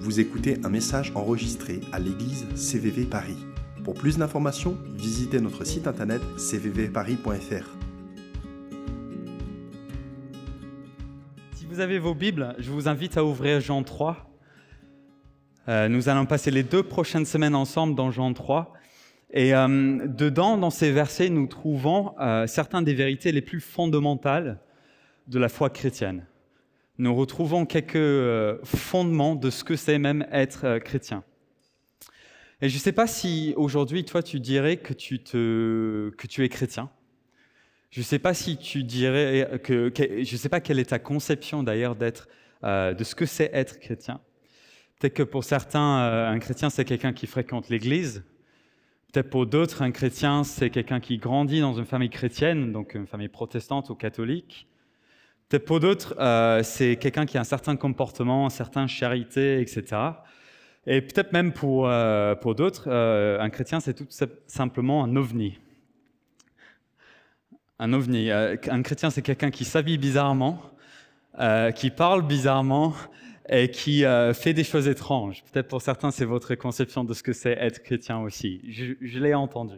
Vous écoutez un message enregistré à l'église CVV Paris. Pour plus d'informations, visitez notre site internet cvvparis.fr. Si vous avez vos Bibles, je vous invite à ouvrir Jean 3. Nous allons passer les 2 prochaines semaines ensemble dans Jean 3. Et dedans, dans ces versets, nous trouvons certaines des vérités les plus fondamentales de la foi chrétienne. Nous retrouvons quelques fondements de ce que c'est même être chrétien. Et je ne sais pas si aujourd'hui, toi, tu dirais que tu es chrétien. Je ne sais pas si tu dirais je ne sais pas quelle est ta conception d'ailleurs de ce que c'est être chrétien. Peut-être que pour certains, un chrétien, c'est quelqu'un qui fréquente l'église. Peut-être pour d'autres, un chrétien, c'est quelqu'un qui grandit dans une famille chrétienne, donc une famille protestante ou catholique. Peut-être pour d'autres, c'est quelqu'un qui a un certain comportement, une certaine charité, etc. Et peut-être même pour d'autres, un chrétien, c'est tout simplement un ovni. Un ovni. Un chrétien, c'est quelqu'un qui s'habille bizarrement, qui parle bizarrement et qui fait des choses étranges. Peut-être pour certains, c'est votre conception de ce que c'est être chrétien aussi. Je l'ai entendu.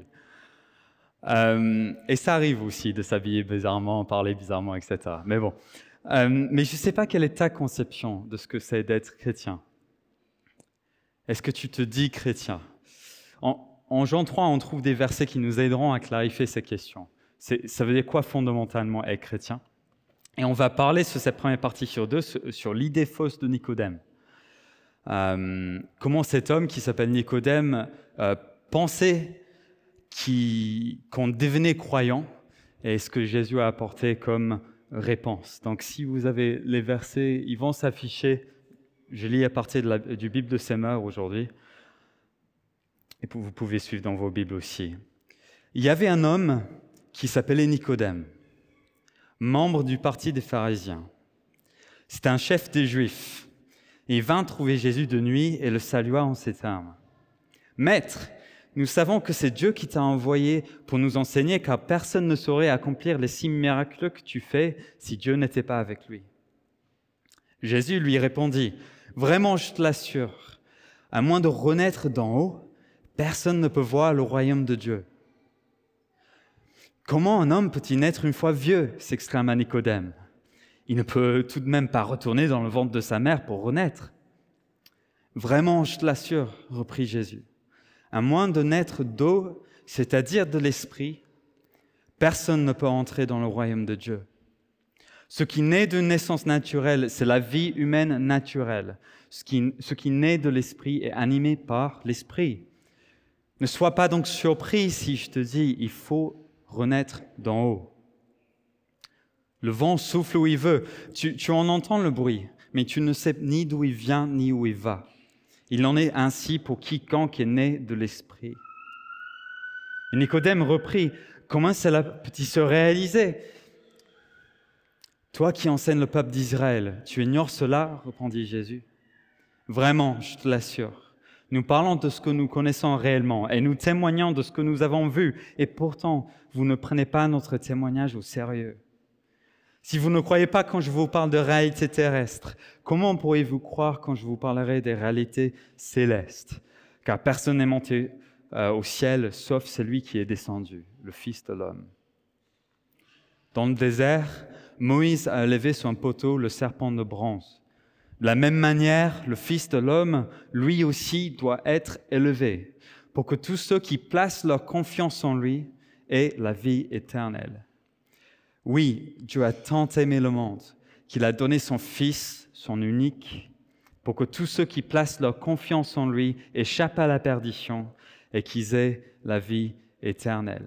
Et ça arrive aussi de s'habiller bizarrement, parler bizarrement, etc. Mais bon. Mais je ne sais pas quelle est ta conception de ce que c'est d'être chrétien. Est-ce que tu te dis chrétien ? En Jean 3, on trouve des versets qui nous aideront à clarifier ces questions. Ça veut dire quoi fondamentalement être chrétien ? Et on va parler sur cette première partie sur l'idée fausse de Nicodème. Comment cet homme qui s'appelle Nicodème pensait qu'on devenait croyant et ce que Jésus a apporté comme réponse. Donc si vous avez les versets, ils vont s'afficher. Je lis à partir du Bible de Semeur aujourd'hui. Et vous pouvez suivre dans vos Bibles aussi. Il y avait un homme qui s'appelait Nicodème, membre du parti des pharisiens. C'était un chef des Juifs. Il vint trouver Jésus de nuit et le salua en ces termes. « Maître, nous savons que c'est Dieu qui t'a envoyé pour nous enseigner, car personne ne saurait accomplir les 6 miracles que tu fais si Dieu n'était pas avec lui. » Jésus lui répondit, « Vraiment, je te l'assure, à moins de renaître d'en haut, personne ne peut voir le royaume de Dieu. » « Comment un homme peut-il naître une fois vieux ?» s'exclama Nicodème. « Il ne peut tout de même pas retourner dans le ventre de sa mère pour renaître. »« Vraiment, je te l'assure, reprit Jésus. À moins de naître d'eau, c'est-à-dire de l'esprit, personne ne peut entrer dans le royaume de Dieu. Ce qui naît d'une naissance naturelle, c'est la vie humaine naturelle. Ce qui naît de l'esprit est animé par l'esprit. Ne sois pas donc surpris si je te dis, il faut renaître d'en haut. Le vent souffle où il veut. Tu en entends le bruit, mais tu ne sais ni d'où il vient ni où il va. Il en est ainsi pour quiconque est né de l'esprit. » Et Nicodème reprit, « Comment cela peut-il se réaliser ? Toi qui enseignes le peuple d'Israël, tu ignores cela ?» répondit Jésus. « Vraiment, je te l'assure. Nous parlons de ce que nous connaissons réellement et nous témoignons de ce que nous avons vu. Et pourtant, vous ne prenez pas notre témoignage au sérieux. Si vous ne croyez pas quand je vous parle de réalités terrestres, comment pourriez-vous croire quand je vous parlerai des réalités célestes ? Car personne n'est monté au ciel sauf celui qui est descendu, le Fils de l'homme. Dans le désert, Moïse a élevé sur un poteau le serpent de bronze. De la même manière, le Fils de l'homme, lui aussi, doit être élevé, pour que tous ceux qui placent leur confiance en lui aient la vie éternelle. Oui, Dieu a tant aimé le monde qu'il a donné son Fils, son unique, pour que tous ceux qui placent leur confiance en lui échappent à la perdition et qu'ils aient la vie éternelle.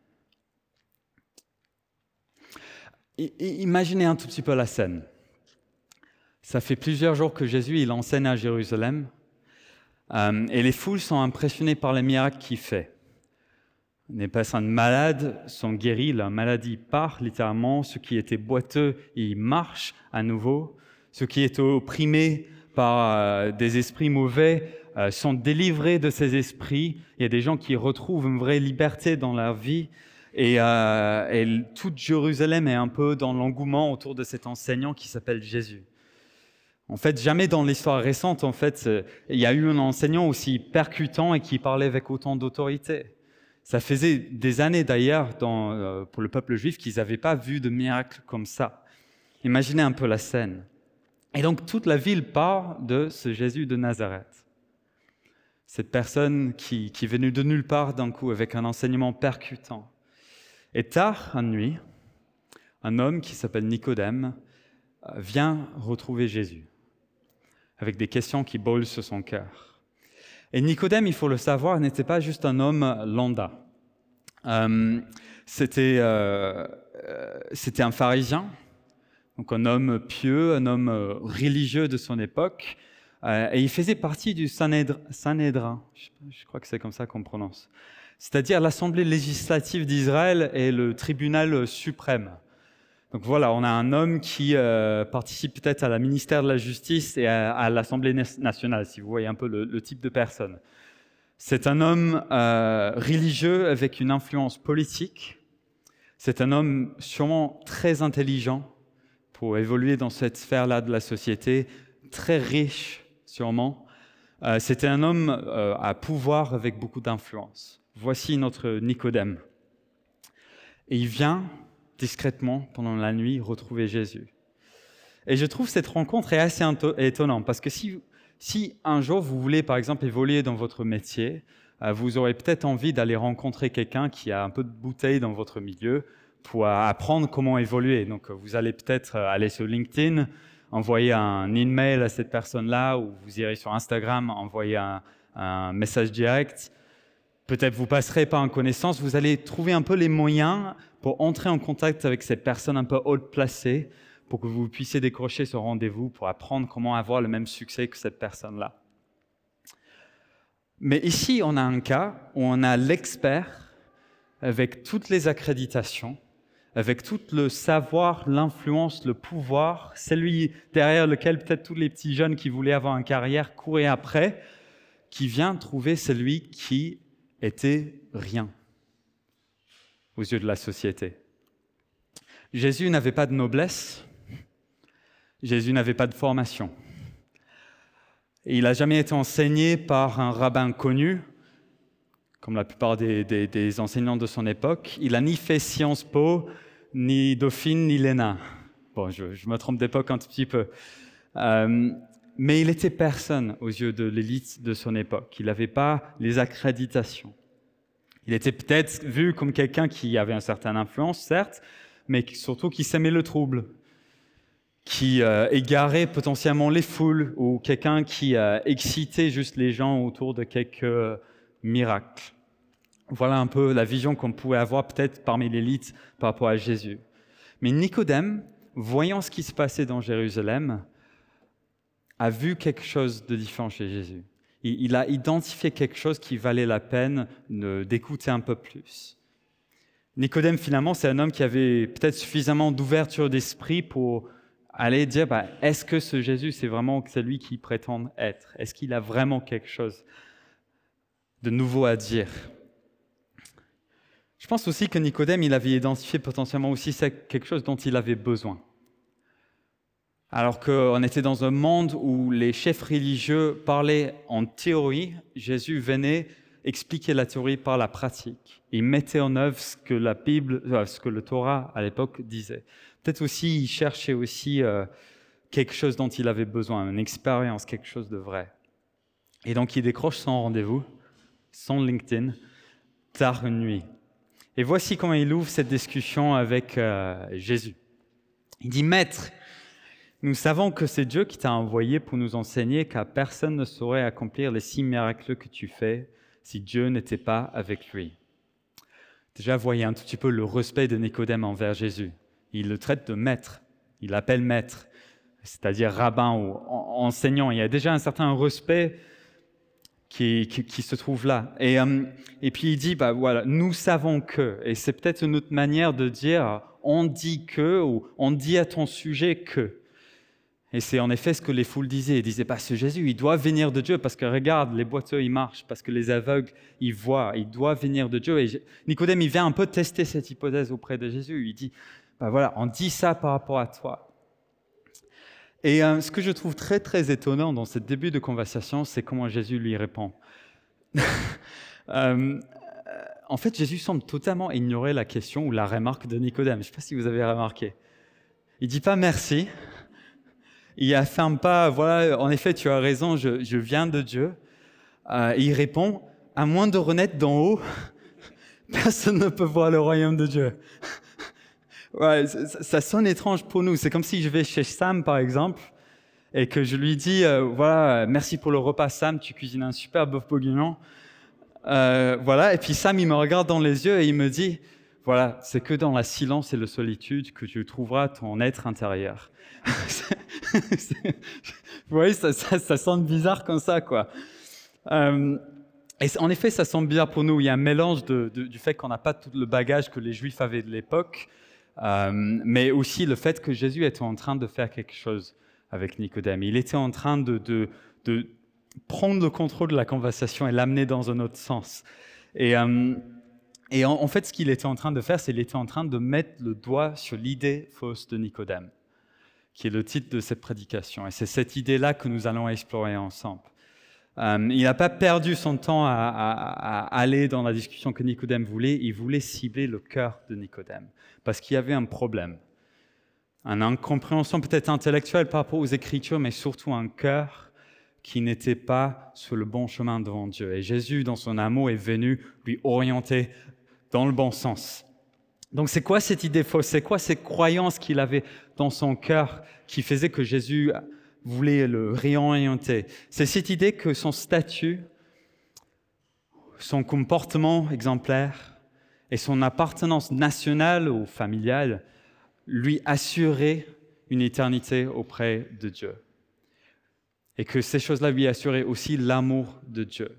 Imaginez un tout petit peu la scène. Ça fait plusieurs jours que Jésus il enseigne à Jérusalem et les foules sont impressionnées par les miracles qu'il fait. Les personnes malades sont guéries, leur maladie part littéralement. Ceux qui étaient boiteux, ils marchent à nouveau. Ceux qui étaient opprimés par des esprits mauvais sont délivrés de ces esprits. Il y a des gens qui retrouvent une vraie liberté dans leur vie. Et toute Jérusalem est un peu dans l'engouement autour de cet enseignant qui s'appelle Jésus. En fait, jamais dans l'histoire récente, il y a eu un enseignant aussi percutant et qui parlait avec autant d'autorité. Ça faisait des années d'ailleurs pour le peuple juif qu'ils n'avaient pas vu de miracle comme ça. Imaginez un peu la scène. Et donc toute la ville parle de ce Jésus de Nazareth. Cette personne qui est venue de nulle part d'un coup avec un enseignement percutant. Et tard, une nuit, un homme qui s'appelle Nicodème vient retrouver Jésus avec des questions qui brûlent sur son cœur. Et Nicodème, il faut le savoir, n'était pas juste un homme lambda. C'était un pharisien, donc un homme pieux, un homme religieux de son époque, et il faisait partie du Sanhédrin, je crois que c'est comme ça qu'on prononce, c'est-à-dire l'Assemblée législative d'Israël et le tribunal suprême. Donc voilà, on a un homme qui participe peut-être à la ministère de la Justice et à l'Assemblée nationale, si vous voyez un peu le type de personne. C'est un homme religieux avec une influence politique. C'est un homme sûrement très intelligent pour évoluer dans cette sphère-là de la société, très riche sûrement. C'était un homme à pouvoir avec beaucoup d'influence. Voici notre Nicodème. Et il vient discrètement, pendant la nuit, retrouver Jésus. Et je trouve cette rencontre est assez étonnante, parce que si un jour vous voulez, par exemple, évoluer dans votre métier, vous aurez peut-être envie d'aller rencontrer quelqu'un qui a un peu de bouteille dans votre milieu pour apprendre comment évoluer. Donc, vous allez peut-être aller sur LinkedIn, envoyer un email à cette personne-là, ou vous irez sur Instagram, envoyer un message direct. Peut-être vous passerez par une connaissance, vous allez trouver un peu les moyens pour entrer en contact avec cette personne un peu haute placée, pour que vous puissiez décrocher ce rendez-vous, pour apprendre comment avoir le même succès que cette personne-là. Mais ici, on a un cas où on a l'expert avec toutes les accréditations, avec tout le savoir, l'influence, le pouvoir, celui derrière lequel peut-être tous les petits jeunes qui voulaient avoir une carrière couraient après, qui vient trouver celui qui était rien aux yeux de la société. Jésus n'avait pas de noblesse, Jésus n'avait pas de formation. Et il n'a jamais été enseigné par un rabbin connu, comme la plupart des enseignants de son époque. Il n'a ni fait Sciences Po, ni Dauphine, ni l'ENA. Bon, je me trompe d'époque un tout petit peu. Mais il était personne aux yeux de l'élite de son époque. Il n'avait pas les accréditations. Il était peut-être vu comme quelqu'un qui avait une certaine influence, certes, mais surtout qui s'aimait le trouble, qui égarait potentiellement les foules, ou quelqu'un qui excitait juste les gens autour de quelques miracles. Voilà un peu la vision qu'on pouvait avoir peut-être parmi l'élite par rapport à Jésus. Mais Nicodème, voyant ce qui se passait dans Jérusalem, a vu quelque chose de différent chez Jésus. Il a identifié quelque chose qui valait la peine d'écouter un peu plus. Nicodème, finalement, c'est un homme qui avait peut-être suffisamment d'ouverture d'esprit pour aller dire, est-ce que ce Jésus, c'est vraiment celui qu'il prétend être? Est-ce qu'il a vraiment quelque chose de nouveau à dire? Je pense aussi que Nicodème, il avait identifié potentiellement aussi quelque chose dont il avait besoin. Alors qu'on était dans un monde où les chefs religieux parlaient en théorie, Jésus venait expliquer la théorie par la pratique. Il mettait en œuvre ce que la Bible, ce que le Torah à l'époque disait. Peut-être aussi, il cherchait aussi quelque chose dont il avait besoin, une expérience, quelque chose de vrai. Et donc, il décroche son rendez-vous, son LinkedIn, tard une nuit. Et voici comment il ouvre cette discussion avec Jésus. Il dit « Maître, nous savons que c'est Dieu qui t'a envoyé pour nous enseigner car personne ne saurait accomplir les 6 miracles que tu fais si Dieu n'était pas avec lui. » Déjà, voyez un tout petit peu le respect de Nicodème envers Jésus. Il le traite de maître, il l'appelle maître, c'est-à-dire rabbin ou enseignant. Il y a déjà un certain respect qui se trouve là. Et puis il dit, voilà, nous savons que, et c'est peut-être une autre manière de dire, on dit que, ou on dit à ton sujet que. Et c'est en effet ce que les foules disaient. Ils disaient, ce Jésus, il doit venir de Dieu, parce que regarde, les boiteux, ils marchent, parce que les aveugles, ils voient, il doit venir de Dieu. Et Nicodème, il vient un peu tester cette hypothèse auprès de Jésus. Il dit, voilà, on dit ça par rapport à toi. Et ce que je trouve très, très étonnant dans ce début de conversation, c'est comment Jésus lui répond. En fait, Jésus semble totalement ignorer la question ou la remarque de Nicodème. Je ne sais pas si vous avez remarqué. Il ne dit pas merci. Il n'affirme pas, voilà, en effet, tu as raison, je viens de Dieu. Il répond, à moins de renaître d'en haut, personne ne peut voir le royaume de Dieu. Ouais, ça sonne étrange pour nous. C'est comme si je vais chez Sam, par exemple, et que je lui dis, voilà, merci pour le repas, Sam, tu cuisines un super bœuf bourguignon. Voilà, et puis Sam, il me regarde dans les yeux et il me dit, voilà, c'est que dans la silence et la solitude que tu trouveras ton être intérieur. Vous voyez, ça sonne bizarre comme ça, quoi. Et en effet, ça semble bizarre pour nous. Il y a un mélange du fait qu'on n'a pas tout le bagage que les Juifs avaient de l'époque, mais aussi le fait que Jésus était en train de faire quelque chose avec Nicodème. Il était en train de prendre le contrôle de la conversation et l'amener dans un autre sens. Et en fait, ce qu'il était en train de faire, c'est qu'il était en train de mettre le doigt sur l'idée fausse de Nicodème, qui est le titre de cette prédication. Et c'est cette idée-là que nous allons explorer ensemble. Il n'a pas perdu son temps à aller dans la discussion que Nicodème voulait. Il voulait cibler le cœur de Nicodème, parce qu'il y avait un problème. Une incompréhension peut-être intellectuelle par rapport aux Écritures, mais surtout un cœur qui n'était pas sur le bon chemin devant Dieu. Et Jésus, dans son amour, est venu lui orienter dans le bon sens. Donc c'est quoi cette idée fausse? C'est quoi cette croyance qu'il avait dans son cœur qui faisait que Jésus voulait le réorienter? C'est cette idée que son statut, son comportement exemplaire et son appartenance nationale ou familiale lui assuraient une éternité auprès de Dieu. Et que ces choses-là lui assuraient aussi l'amour de Dieu.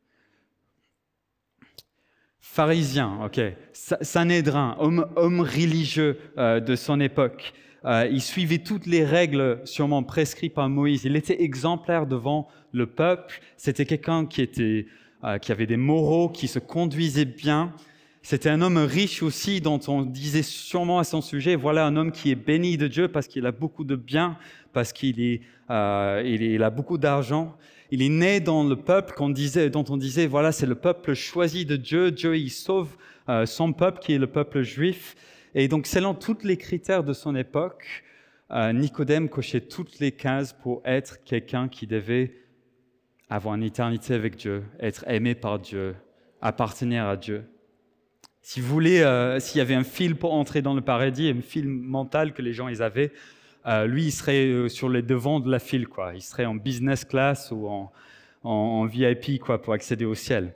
Pharisien, ok, Sanhédrin, homme religieux de son époque. Il suivait toutes les règles sûrement prescrites par Moïse. Il était exemplaire devant le peuple. C'était quelqu'un qui avait des moraux, qui se conduisait bien. C'était un homme riche aussi, dont on disait sûrement à son sujet, voilà un homme qui est béni de Dieu parce qu'il a beaucoup de biens, parce qu'il a beaucoup d'argent. Il est né dans le peuple dont on disait, voilà, c'est le peuple choisi de Dieu. Dieu, il sauve son peuple qui est le peuple juif. Et donc, selon tous les critères de son époque, Nicodème cochait toutes les cases pour être quelqu'un qui devait avoir une éternité avec Dieu, être aimé par Dieu, appartenir à Dieu. Si vous voulez, s'il y avait un fil pour entrer dans le paradis, un fil mental que les gens ils avaient, lui, il serait sur les devants de la file, quoi. Il serait en business class ou en VIP, quoi, pour accéder au ciel.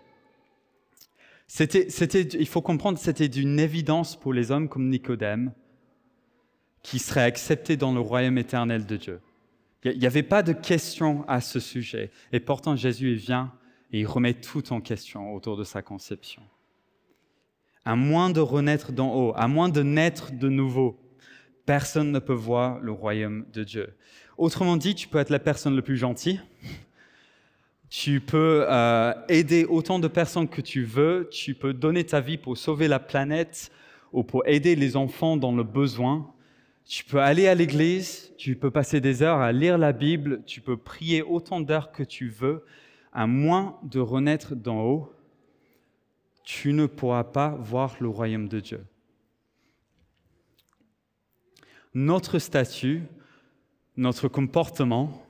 Il faut comprendre, c'était d'une évidence pour les hommes comme Nicodème qui seraient acceptés dans le royaume éternel de Dieu. Il n'y avait pas de question à ce sujet. Et pourtant, Jésus il vient et il remet tout en question autour de sa conception. À moins de renaître d'en haut, à moins de naître de nouveau, personne ne peut voir le royaume de Dieu. Autrement dit, tu peux être la personne la plus gentille, tu peux aider autant de personnes que tu veux, tu peux donner ta vie pour sauver la planète ou pour aider les enfants dans le besoin. Tu peux aller à l'église, tu peux passer des heures à lire la Bible, tu peux prier autant d'heures que tu veux, à moins de renaître d'en haut, tu ne pourras pas voir le royaume de Dieu. Notre statut, notre comportement,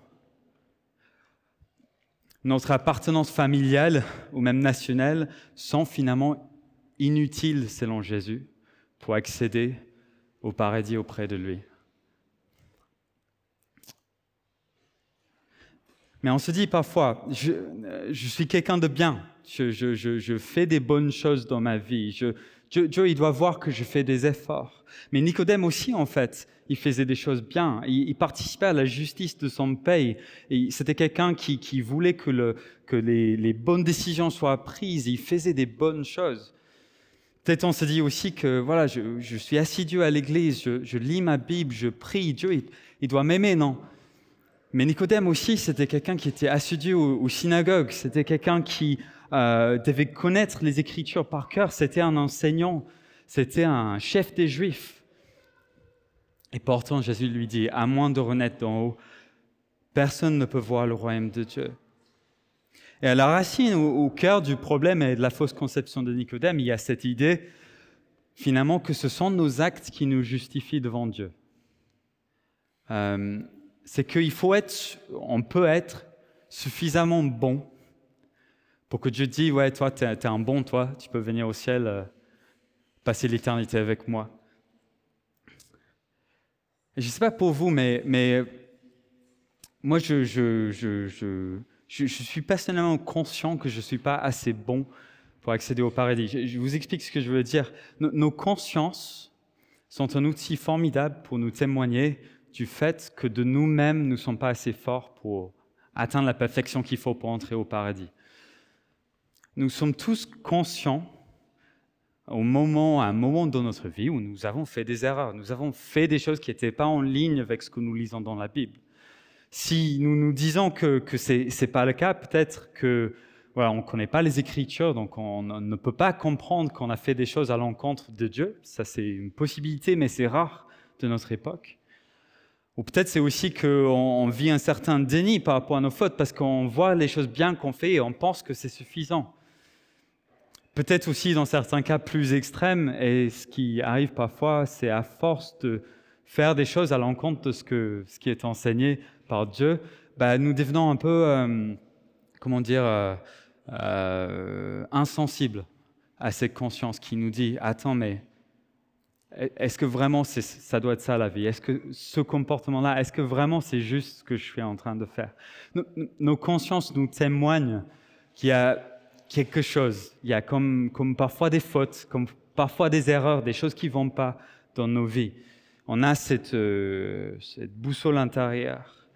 notre appartenance familiale ou même nationale sont finalement inutiles selon Jésus pour accéder au paradis auprès de lui. Mais on se dit parfois, je suis quelqu'un de bien, je fais des bonnes choses dans ma vie, Dieu il doit voir que je fais des efforts. Mais Nicodème aussi, en fait, il faisait des choses bien, il participait à la justice de son pays. Et c'était quelqu'un qui voulait que les bonnes décisions soient prises, il faisait des bonnes choses. Peut-être on se dit aussi que voilà, je suis assidu à l'église, je lis ma Bible, je prie, Dieu il doit m'aimer, non? Mais Nicodème aussi, c'était quelqu'un qui était assidu aux synagogues, c'était quelqu'un qui devait connaître les Écritures par cœur, c'était un enseignant, c'était un chef des Juifs. Et pourtant, Jésus lui dit, à moins de renaître d'en haut, personne ne peut voir le royaume de Dieu. Et à la racine, au cœur du problème et de la fausse conception de Nicodème, il y a cette idée, finalement, que ce sont nos actes qui nous justifient devant Dieu. C'est on peut être suffisamment bon pour que Dieu dise, ouais, toi, t'es un bon, toi, tu peux venir au ciel, passer l'éternité avec moi. Et je ne sais pas pour vous, mais moi, je suis personnellement conscient que je ne suis pas assez bon pour accéder au paradis. Je vous explique ce que je veux dire. Nos consciences sont un outil formidable pour nous témoigner du fait que de nous-mêmes, nous ne sommes pas assez forts pour atteindre la perfection qu'il faut pour entrer au paradis. Nous sommes tous conscients à un moment dans notre vie où nous avons fait des erreurs, nous avons fait des choses qui n'étaient pas en ligne avec ce que nous lisons dans la Bible. Si nous nous disons que ce n'est pas le cas, peut-être que voilà, on ne connaît pas les Écritures, donc on ne peut pas comprendre qu'on a fait des choses à l'encontre de Dieu. Ça, c'est une possibilité, mais c'est rare de notre époque. Ou peut-être c'est aussi qu'on vit un certain déni par rapport à nos fautes, parce qu'on voit les choses bien qu'on fait et on pense que c'est suffisant. Peut-être aussi dans certains cas plus extrêmes, et ce qui arrive parfois, c'est à force de faire des choses à l'encontre de ce qui est enseigné par Dieu, nous devenons un peu, insensibles à cette conscience qui nous dit « Attends, mais est-ce que vraiment ça doit être ça la vie ? Est-ce que ce comportement-là, est-ce que vraiment c'est juste ce que je suis en train de faire ?» Nos consciences nous témoignent qu'il y a quelque chose, il y a comme parfois des fautes, comme parfois des erreurs, des choses qui ne vont pas dans nos vies. On a cette boussole intérieure.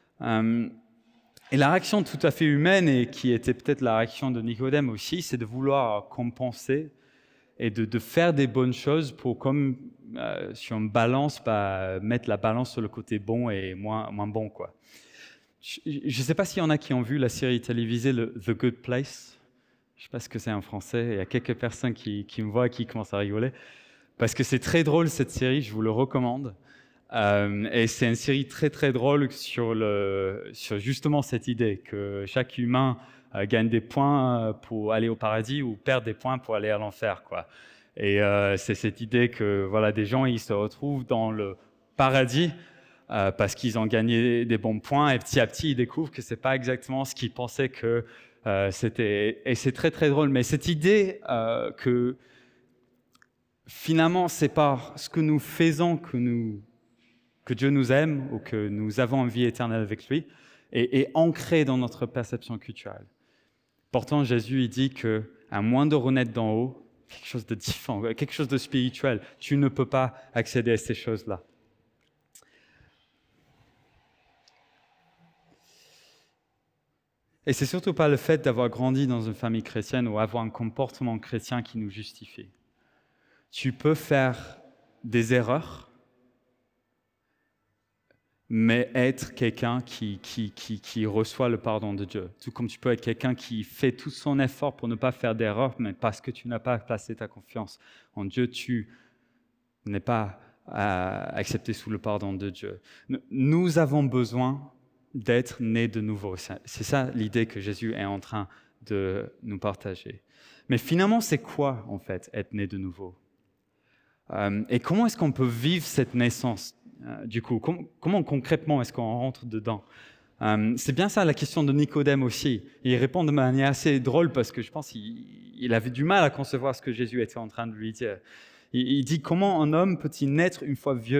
Et la réaction tout à fait humaine, et qui était peut-être la réaction de Nicodème aussi, c'est de vouloir compenser et de faire des bonnes choses pour, comme si on balance, mettre la balance sur le côté bon et moins bon, quoi. Je ne sais pas s'il y en a qui ont vu la série télévisée The Good Place. Je ne sais pas ce que c'est en français. Il y a quelques personnes qui me voient et qui commencent à rigoler. Parce que c'est très drôle cette série, je vous le recommande. Et c'est une série très très drôle sur justement cette idée que chaque humain gagne des points pour aller au paradis ou perd des points pour aller à l'enfer, quoi. Et c'est cette idée que voilà, des gens ils se retrouvent dans le paradis parce qu'ils ont gagné des bons points, et petit à petit ils découvrent que c'est pas exactement ce qu'ils pensaient que c'était. Et c'est très très drôle. Mais cette idée que finalement c'est par ce que nous faisons que Dieu nous aime ou que nous avons une vie éternelle avec lui, est ancré dans notre perception culturelle. Pourtant, Jésus il dit qu'à moins de renaître d'en haut, quelque chose de différent, quelque chose de spirituel, tu ne peux pas accéder à ces choses-là. Et c'est surtout pas le fait d'avoir grandi dans une famille chrétienne ou avoir un comportement chrétien qui nous justifie. Tu peux faire des erreurs, mais être quelqu'un qui reçoit le pardon de Dieu. Tout comme tu peux être quelqu'un qui fait tout son effort pour ne pas faire d'erreur, mais parce que tu n'as pas placé ta confiance en Dieu, tu n'es pas accepté sous le pardon de Dieu. Nous avons besoin d'être nés de nouveau. C'est ça l'idée que Jésus est en train de nous partager. Mais finalement, c'est quoi en fait être né de nouveau ? Et comment est-ce qu'on peut vivre cette naissance ? Du coup, comment concrètement est-ce qu'on rentre dedans ? C'est bien ça la question de Nicodème aussi. Il répond de manière assez drôle parce que je pense qu'il avait du mal à concevoir ce que Jésus était en train de lui dire. Il dit « Comment un homme peut-il naître une fois vieux ?»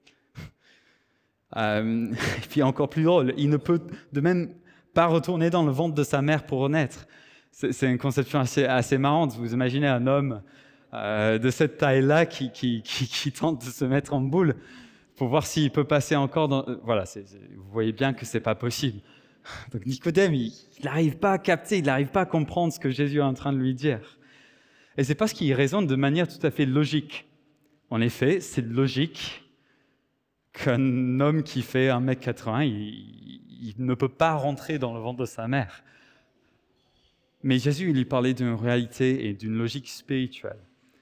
Et puis encore plus drôle, il ne peut de même pas retourner dans le ventre de sa mère pour renaître. C'est une conception assez marrante. Vous imaginez un homme de cette taille-là qui tente de se mettre en boule pour voir s'il peut passer encore dans... Voilà, vous voyez bien que c'est pas possible. Donc Nicodème, il n'arrive pas à capter, il n'arrive pas à comprendre ce que Jésus est en train de lui dire. Et c'est parce qu'il raisonne de manière tout à fait logique. En effet, c'est logique qu'un homme qui fait 1m80, il ne peut pas rentrer dans le ventre de sa mère. Mais Jésus, il lui parlait d'une réalité et d'une logique spirituelle.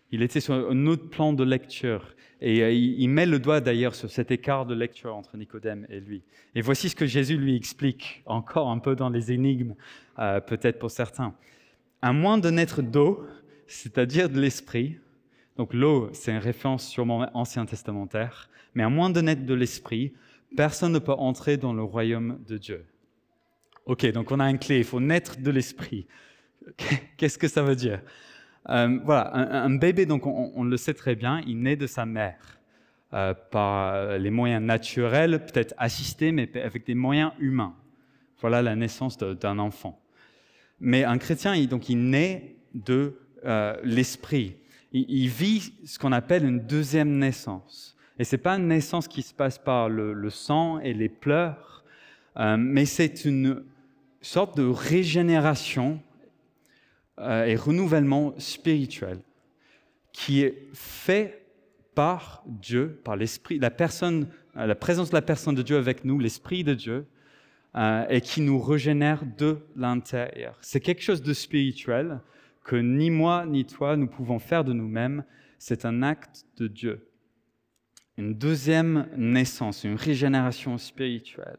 Il était sur un autre plan de lecture. Et il met le doigt d'ailleurs sur cet écart de lecture entre Nicodème et lui. Et voici ce que Jésus lui explique, encore un peu dans les énigmes, peut-être pour certains. À moins de naître d'eau, c'est-à-dire de l'esprit, donc l'eau, c'est une référence sûrement ancien testamentaire, mais à moins de naître de l'esprit, personne ne peut entrer dans le royaume de Dieu. Ok, donc on a une clé, il faut naître de l'esprit. Qu'est-ce que ça veut dire ? Voilà, un bébé, donc on le sait très bien, il naît de sa mère par les moyens naturels, peut-être assistés, mais avec des moyens humains. Voilà la naissance d'un enfant. Mais un chrétien, il naît de l'esprit. Il vit ce qu'on appelle une deuxième naissance. Et ce n'est pas une naissance qui se passe par le sang et les pleurs, mais c'est une sorte de régénération et renouvellement spirituel qui est fait par Dieu, par l'Esprit, la présence de la personne de Dieu avec nous, l'Esprit de Dieu, et qui nous régénère de l'intérieur. C'est quelque chose de spirituel que ni moi ni toi nous pouvons faire de nous-mêmes. C'est un acte de Dieu. Une deuxième naissance, une régénération spirituelle.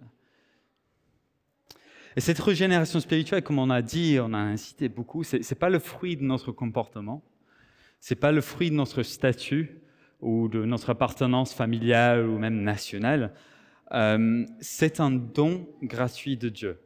Et cette régénération spirituelle, comme on a dit, on a incité beaucoup, ce n'est pas le fruit de notre comportement, ce n'est pas le fruit de notre statut ou de notre appartenance familiale ou même nationale. C'est un don gratuit de Dieu.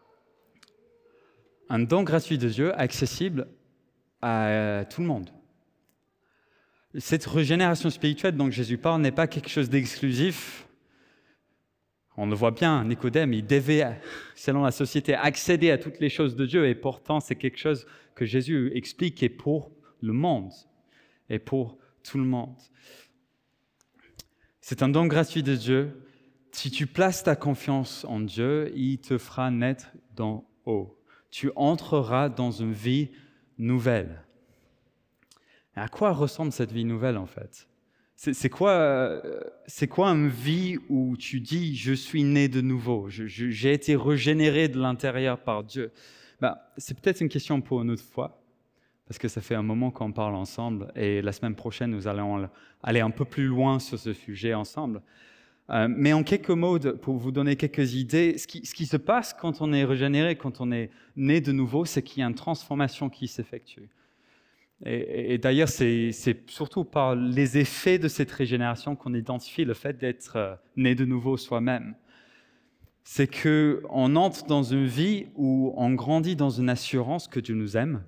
Un don gratuit de Dieu accessible à tout le monde. Cette régénération spirituelle dont Jésus parle n'est pas quelque chose d'exclusif. On le voit bien, Nicodème, il devait, selon la société, accéder à toutes les choses de Dieu, et pourtant c'est quelque chose que Jésus explique est pour le monde, et pour tout le monde. C'est un don gratuit de Dieu. Si tu places ta confiance en Dieu, il te fera naître d'en haut. Tu entreras dans une vie nouvelle. Et à quoi ressemble cette vie nouvelle en fait ? C'est quoi une vie où tu dis « je suis né de nouveau, j'ai été régénéré de l'intérieur par Dieu » C'est peut-être une question pour une autre fois, parce que ça fait un moment qu'on parle ensemble, et la semaine prochaine, nous allons aller un peu plus loin sur ce sujet ensemble. Mais en quelques mots, pour vous donner quelques idées, ce qui se passe quand on est régénéré, quand on est né de nouveau, c'est qu'il y a une transformation qui s'effectue. Et d'ailleurs, c'est surtout par les effets de cette régénération qu'on identifie le fait d'être né de nouveau soi-même. C'est qu'on entre dans une vie où on grandit dans une assurance que Dieu nous aime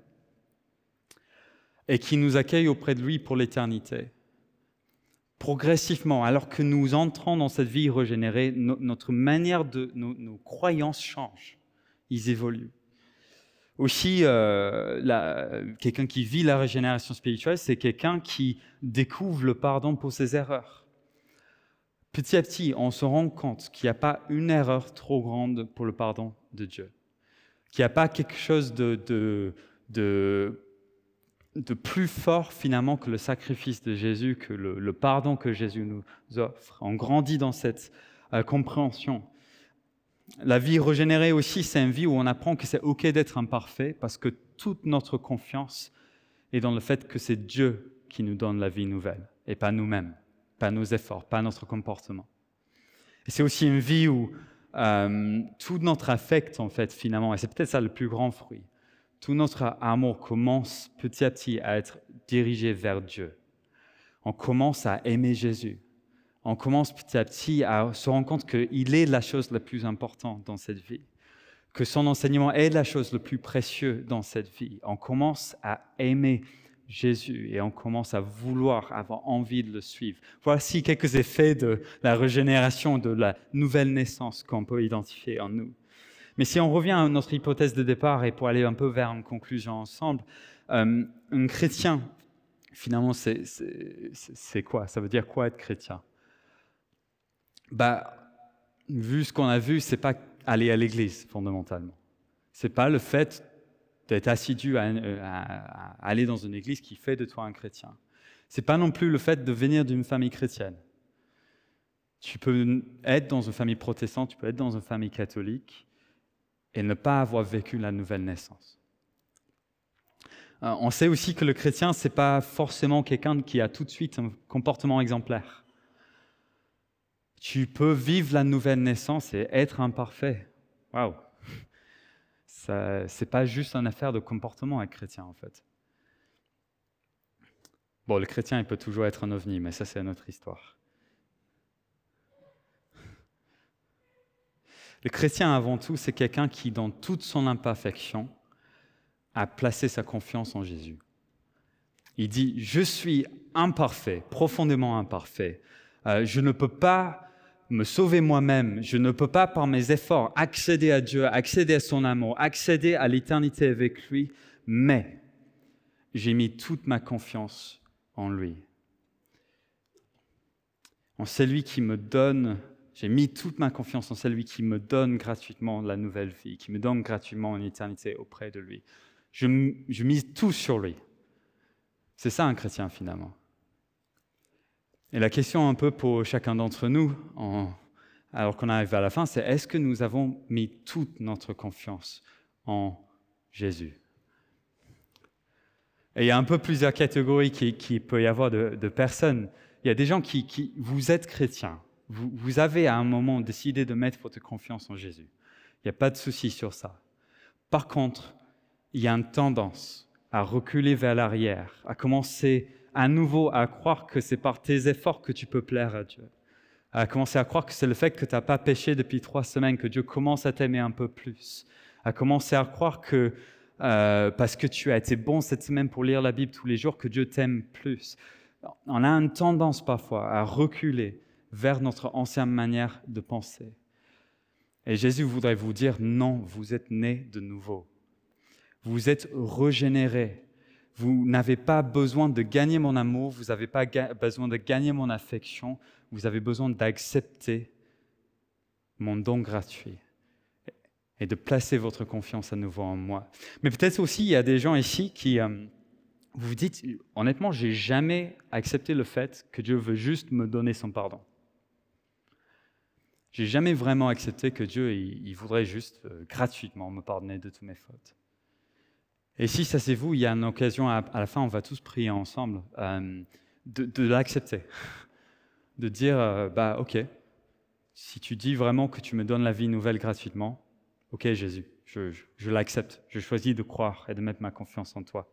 et qui nous accueille auprès de lui pour l'éternité. Progressivement, alors que nous entrons dans cette vie régénérée, notre manière nos croyances changent, ils évoluent. Aussi, quelqu'un qui vit la régénération spirituelle, c'est quelqu'un qui découvre le pardon pour ses erreurs. Petit à petit, on se rend compte qu'il n'y a pas une erreur trop grande pour le pardon de Dieu. Qu'il n'y a pas quelque chose de plus fort finalement que le sacrifice de Jésus, que le pardon que Jésus nous offre. On grandit dans cette compréhension. La vie régénérée aussi, c'est une vie où on apprend que c'est OK d'être imparfait parce que toute notre confiance est dans le fait que c'est Dieu qui nous donne la vie nouvelle et pas nous-mêmes, pas nos efforts, pas notre comportement. Et c'est aussi une vie où tout notre affect, en fait, finalement, et c'est peut-être ça le plus grand fruit, tout notre amour commence petit à petit à être dirigé vers Dieu. On commence à aimer Jésus. On commence petit à petit à se rendre compte qu'il est la chose la plus importante dans cette vie, que son enseignement est la chose la plus précieuse dans cette vie. On commence à aimer Jésus et on commence à vouloir avoir envie de le suivre. Voici quelques effets de la régénération, de la nouvelle naissance qu'on peut identifier en nous. Mais si on revient à notre hypothèse de départ et pour aller un peu vers une conclusion ensemble, un chrétien, finalement, c'est quoi ? Ça veut dire quoi être chrétien ? Vu ce qu'on a vu, c'est pas aller à l'église fondamentalement. C'est pas le fait d'être assidu à aller dans une église qui fait de toi un chrétien. C'est pas non plus le fait de venir d'une famille chrétienne. Tu peux être dans une famille protestante, tu peux être dans une famille catholique et ne pas avoir vécu la nouvelle naissance. On sait aussi que le chrétien, ce n'est pas forcément quelqu'un qui a tout de suite un comportement exemplaire. Tu peux vivre la nouvelle naissance et être imparfait. Waouh! Ce n'est pas juste une affaire de comportement être chrétien, en fait. Bon, le chrétien, il peut toujours être un ovni, mais ça, c'est une autre histoire. Le chrétien, avant tout, c'est quelqu'un qui, dans toute son imperfection, a placé sa confiance en Jésus. Il dit « Je suis imparfait, profondément imparfait. Je ne peux pas me sauver moi-même. Je ne peux pas, par mes efforts, accéder à Dieu, accéder à son amour, accéder à l'éternité avec lui. Mais j'ai mis toute ma confiance en lui. En celui qui me donne, j'ai mis toute ma confiance en celui qui me donne gratuitement la nouvelle vie, qui me donne gratuitement une éternité auprès de lui. Je mise tout sur lui. C'est ça un chrétien finalement. Et la question un peu pour chacun d'entre nous, alors qu'on arrive à la fin, c'est est-ce que nous avons mis toute notre confiance en Jésus? Et il y a un peu plusieurs catégories qui peut y avoir de personnes. Il y a des gens qui vous êtes chrétiens. Vous avez à un moment décidé de mettre votre confiance en Jésus. Il n'y a pas de souci sur ça. Par contre, il y a une tendance à reculer vers l'arrière, à commencer à nouveau à croire que c'est par tes efforts que tu peux plaire à Dieu, à commencer à croire que c'est le fait que tu n'as pas péché depuis 3 semaines, que Dieu commence à t'aimer un peu plus, à commencer à croire que parce que tu as été bon cette semaine pour lire la Bible tous les jours, que Dieu t'aime plus. On a une tendance parfois à reculer vers notre ancienne manière de penser. Et Jésus voudrait vous dire, non, vous êtes nés de nouveau. Vous êtes régénérés. Vous n'avez pas besoin de gagner mon amour, vous n'avez pas besoin de gagner mon affection, vous avez besoin d'accepter mon don gratuit et de placer votre confiance à nouveau en moi. Mais peut-être aussi, il y a des gens ici qui vous vous dites, honnêtement, je n'ai jamais accepté le fait que Dieu veut juste me donner son pardon. Je n'ai jamais vraiment accepté que Dieu il voudrait juste gratuitement me pardonner de toutes mes fautes. Et si ça c'est vous, il y a une occasion, à la fin, on va tous prier ensemble, de l'accepter. De dire, ok, si tu dis vraiment que tu me donnes la vie nouvelle gratuitement, ok Jésus, je l'accepte, je choisis de croire et de mettre ma confiance en toi.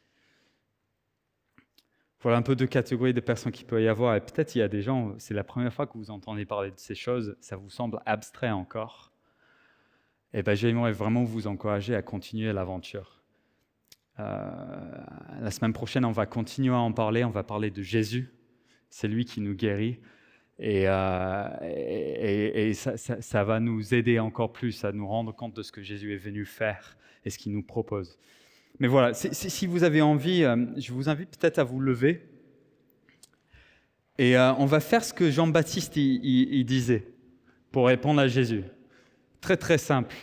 Voilà un peu deux catégories de personnes qu'il peut y avoir. Et peut-être il y a des gens, c'est la première fois que vous entendez parler de ces choses, ça vous semble abstrait encore. Et j'aimerais vraiment vous encourager à continuer l'aventure. La semaine prochaine, on va continuer à en parler. On va parler de Jésus. C'est lui qui nous guérit. Et ça va nous aider encore plus à nous rendre compte de ce que Jésus est venu faire et ce qu'il nous propose. Mais voilà, si vous avez envie, je vous invite peut-être à vous lever. Et on va faire ce que Jean-Baptiste il disait pour répondre à Jésus. Très, très simple.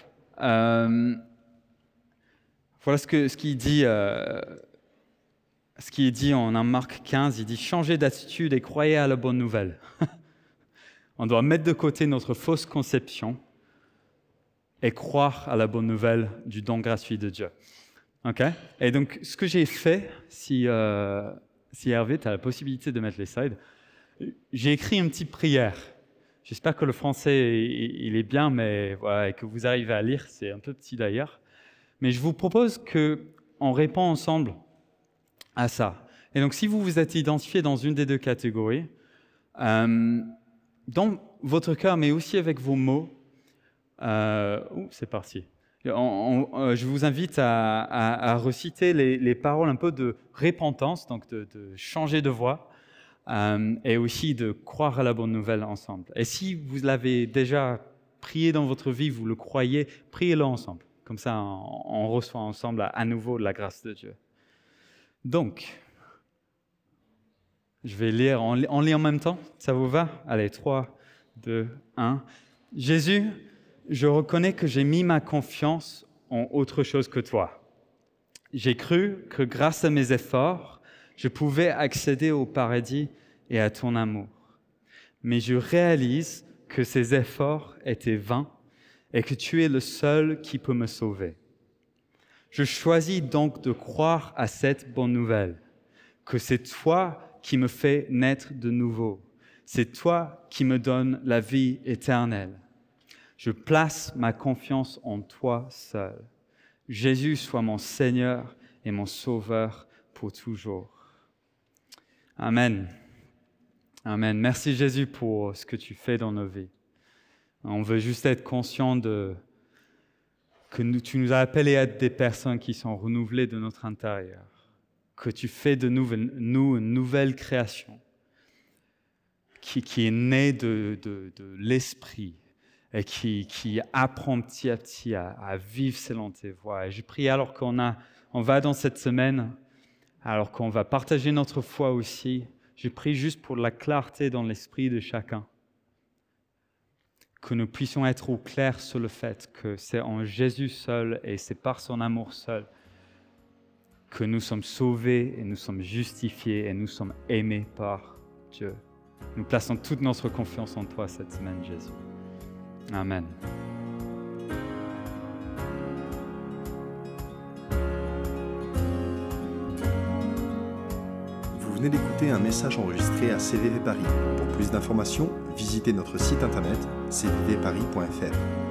Voilà ce qu'il dit, ce qui est dit en Marc 15. Il dit « Changez d'attitude et croyez à la bonne nouvelle. » On doit mettre de côté notre fausse conception et croire à la bonne nouvelle du don gratuit de Dieu. Okay. Et donc, ce que j'ai fait, si Hervé, tu as la possibilité de mettre les slides, j'ai écrit une petite prière. J'espère que le français, il est bien, mais voilà, et que vous arrivez à lire, c'est un peu petit d'ailleurs. Mais je vous propose qu'on répond ensemble à ça. Et donc, si vous vous êtes identifié dans une des deux catégories, dans votre cœur, mais aussi avec vos mots, c'est parti. Je vous invite à reciter les paroles un peu de repentance, donc de changer de voix, et aussi de croire à la bonne nouvelle ensemble. Et si vous l'avez déjà prié dans votre vie, vous le croyez, priez-le ensemble. Comme ça, on reçoit ensemble à nouveau la grâce de Dieu. Donc, je vais lire, on lit en même temps, ça vous va? Allez, 3, 2, 1. Jésus, je reconnais que j'ai mis ma confiance en autre chose que toi. J'ai cru que grâce à mes efforts, je pouvais accéder au paradis et à ton amour. Mais je réalise que ces efforts étaient vains et que tu es le seul qui peut me sauver. Je choisis donc de croire à cette bonne nouvelle, que c'est toi qui me fais naître de nouveau. C'est toi qui me donnes la vie éternelle. Je place ma confiance en toi seul. Jésus soit mon Seigneur et mon Sauveur pour toujours. Amen. Amen. Merci Jésus pour ce que tu fais dans nos vies. On veut juste être conscient que tu nous as appelés à être des personnes qui sont renouvelées de notre intérieur, que tu fais de nous une nouvelle création qui est née de l'esprit et qui apprend petit à petit à vivre selon tes voies. Et je prie alors on va dans cette semaine, alors qu'on va partager notre foi aussi, je prie juste pour la clarté dans l'esprit de chacun. Que nous puissions être au clair sur le fait que c'est en Jésus seul et c'est par son amour seul que nous sommes sauvés et nous sommes justifiés et nous sommes aimés par Dieu. Nous plaçons toute notre confiance en toi cette semaine, Jésus. Amen. Vous venez d'écouter un message enregistré à CVV Paris. Pour plus d'informations, visitez notre site internet cvvparis.fr.